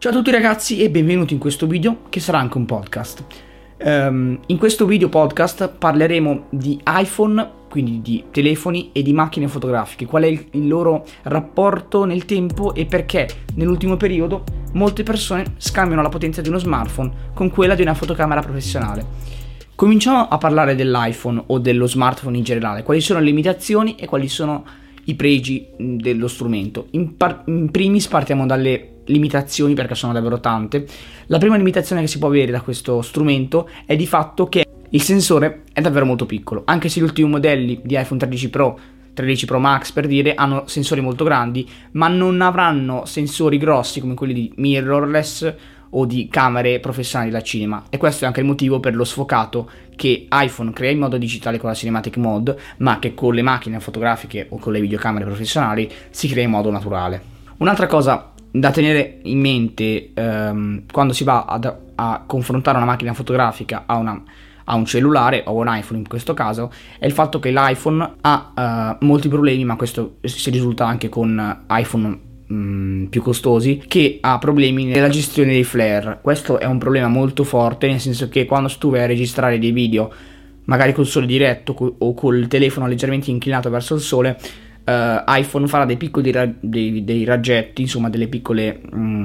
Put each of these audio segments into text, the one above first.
Ciao a tutti ragazzi e benvenuti in questo video che sarà anche un podcast. In questo video podcast parleremo di iPhone, quindi di telefoni e di macchine fotografiche, qual è il loro rapporto nel tempo e perché nell'ultimo periodo molte persone scambiano la potenza di uno smartphone con quella di una fotocamera professionale. Cominciamo a parlare dell'iPhone o dello smartphone in generale, quali sono le limitazioni e quali sono i pregi dello strumento. In primis partiamo dalle limitazioni, perché sono davvero tante. La prima limitazione che si può avere da questo strumento è di fatto che il sensore è davvero molto piccolo, anche se gli ultimi modelli di iPhone 13 Pro, 13 Pro Max per dire, hanno sensori molto grandi, ma non avranno sensori grossi come quelli di mirrorless o di camere professionali da cinema, e questo è anche il motivo per lo sfocato che iPhone crea in modo digitale con la Cinematic Mode, ma che con le macchine fotografiche o con le videocamere professionali si crea in modo naturale. Un'altra cosa da tenere in mente quando si va a confrontare una macchina fotografica a un cellulare o un iPhone in questo caso è il fatto che l'iPhone ha molti problemi, ma questo si risulta anche con iPhone più costosi, che ha problemi nella gestione dei flare. Questo è un problema molto forte, nel senso che quando tu vai a registrare dei video magari col sole diretto o col telefono leggermente inclinato verso il sole, iPhone farà dei piccoli dei raggetti, insomma delle piccole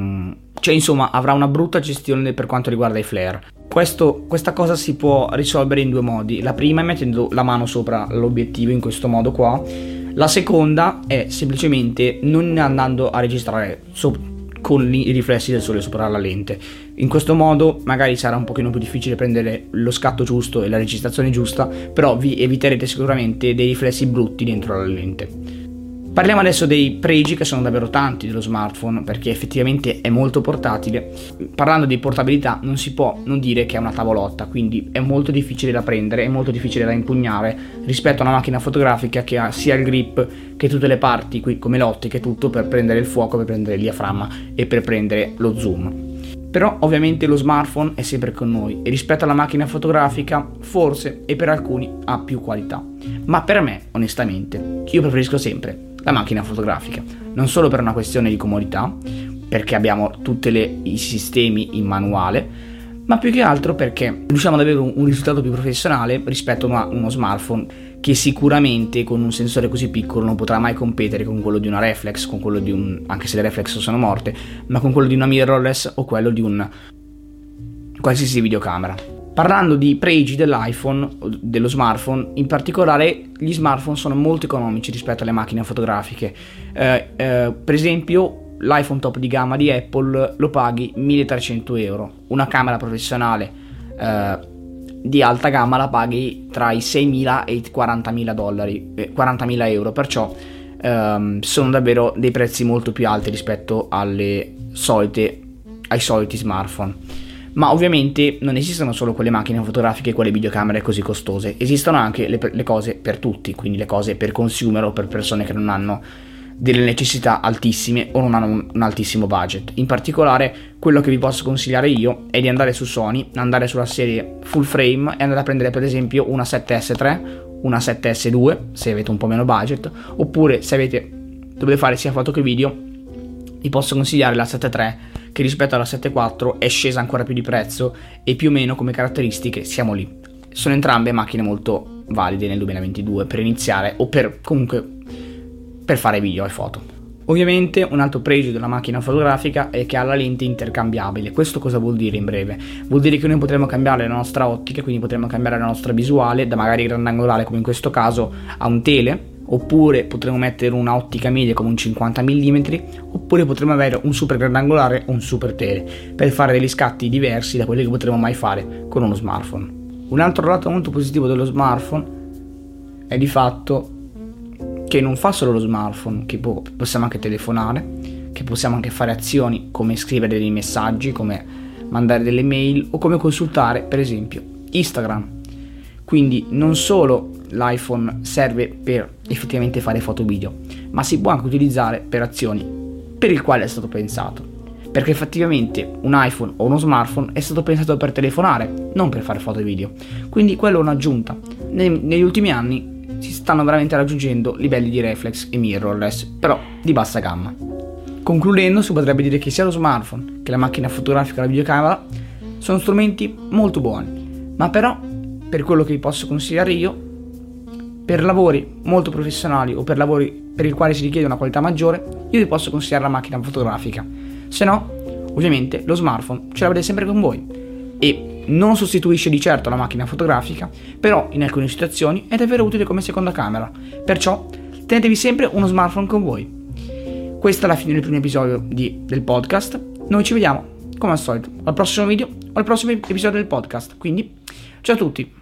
avrà una brutta gestione per quanto riguarda i flare. Questa cosa si può risolvere in due modi. La prima è mettendo la mano sopra l'obiettivo in questo modo qua. La seconda è semplicemente non andando a registrare con i riflessi del sole sopra la lente. In questo modo magari sarà un pochino più difficile prendere lo scatto giusto e la registrazione giusta, però vi eviterete sicuramente dei riflessi brutti dentro la lente. Parliamo adesso dei pregi, che sono davvero tanti dello smartphone, perché effettivamente è molto portatile. Parlando di portabilità non si può non dire che è una tavolotta, quindi è molto difficile da prendere, è molto difficile da impugnare rispetto a una macchina fotografica che ha sia il grip che tutte le parti, qui come l'ottica e tutto, per prendere il fuoco, per prendere il diaframma e per prendere lo zoom. Però ovviamente lo smartphone è sempre con noi e rispetto alla macchina fotografica forse e per alcuni ha più qualità, ma per me onestamente io preferisco sempre la macchina fotografica, non solo per una questione di comodità, perché abbiamo tutti i sistemi in manuale, ma più che altro perché riusciamo ad avere un risultato più professionale rispetto a uno smartphone che sicuramente con un sensore così piccolo non potrà mai competere con quello di una reflex, con quello di anche se le reflex sono morte, ma con quello di una mirrorless o quello di un qualsiasi videocamera. Parlando di pregi dell'iPhone, dello smartphone, in particolare gli smartphone sono molto economici rispetto alle macchine fotografiche. Per esempio l'iPhone top di gamma di Apple lo paghi 1.300 euro, una camera professionale di alta gamma la paghi tra i 6.000 e i 40.000 euro, perciò sono davvero dei prezzi molto più alti rispetto ai soliti smartphone. Ma ovviamente non esistono solo quelle macchine fotografiche e quelle videocamere così costose, esistono anche le cose per tutti, quindi le cose per consumer o per persone che non hanno delle necessità altissime o non hanno un altissimo budget. In particolare quello che vi posso consigliare io è di andare su Sony, andare sulla serie full frame e andare a prendere per esempio una 7S3, una 7S2 se avete un po' meno budget, oppure se dovete fare sia foto che video vi posso consigliare la 7.3, che rispetto alla 7.4 è scesa ancora più di prezzo e più o meno come caratteristiche siamo lì. Sono entrambe macchine molto valide nel 2022 per iniziare o per fare video e foto. Ovviamente un altro pregio della macchina fotografica è che ha la lente intercambiabile. Questo cosa vuol dire in breve? Vuol dire che noi potremo cambiare la nostra ottica, quindi potremo cambiare la nostra visuale da magari grandangolare come in questo caso a un tele, oppure potremo mettere una ottica media come un 50 mm, oppure potremo avere un super grandangolare o un super tele per fare degli scatti diversi da quelli che potremo mai fare con uno smartphone. Un altro lato molto positivo dello smartphone è di fatto che non fa solo lo smartphone, che possiamo anche telefonare, che possiamo anche fare azioni come scrivere dei messaggi, come mandare delle mail o come consultare per esempio Instagram. Quindi non solo l'iPhone serve per effettivamente fare foto video, ma si può anche utilizzare per azioni per il quale è stato pensato, perché effettivamente un iPhone o uno smartphone è stato pensato per telefonare, non per fare foto e video, quindi quello è un'aggiunta. Negli ultimi anni si stanno veramente raggiungendo livelli di reflex e mirrorless, però di bassa gamma. Concludendo, si potrebbe dire che sia lo smartphone che la macchina fotografica e la videocamera sono strumenti molto buoni, ma però, per quello che vi posso consigliare io, per lavori molto professionali o per lavori per i quali si richiede una qualità maggiore, io vi posso consigliare la macchina fotografica. Se no, ovviamente, lo smartphone ce l'avete sempre con voi e non sostituisce di certo la macchina fotografica, però in alcune situazioni è davvero utile come seconda camera, perciò tenetevi sempre uno smartphone con voi. Questa è la fine del primo episodio del podcast. Noi ci vediamo, come al solito, al prossimo video o al prossimo episodio del podcast. Quindi, ciao a tutti!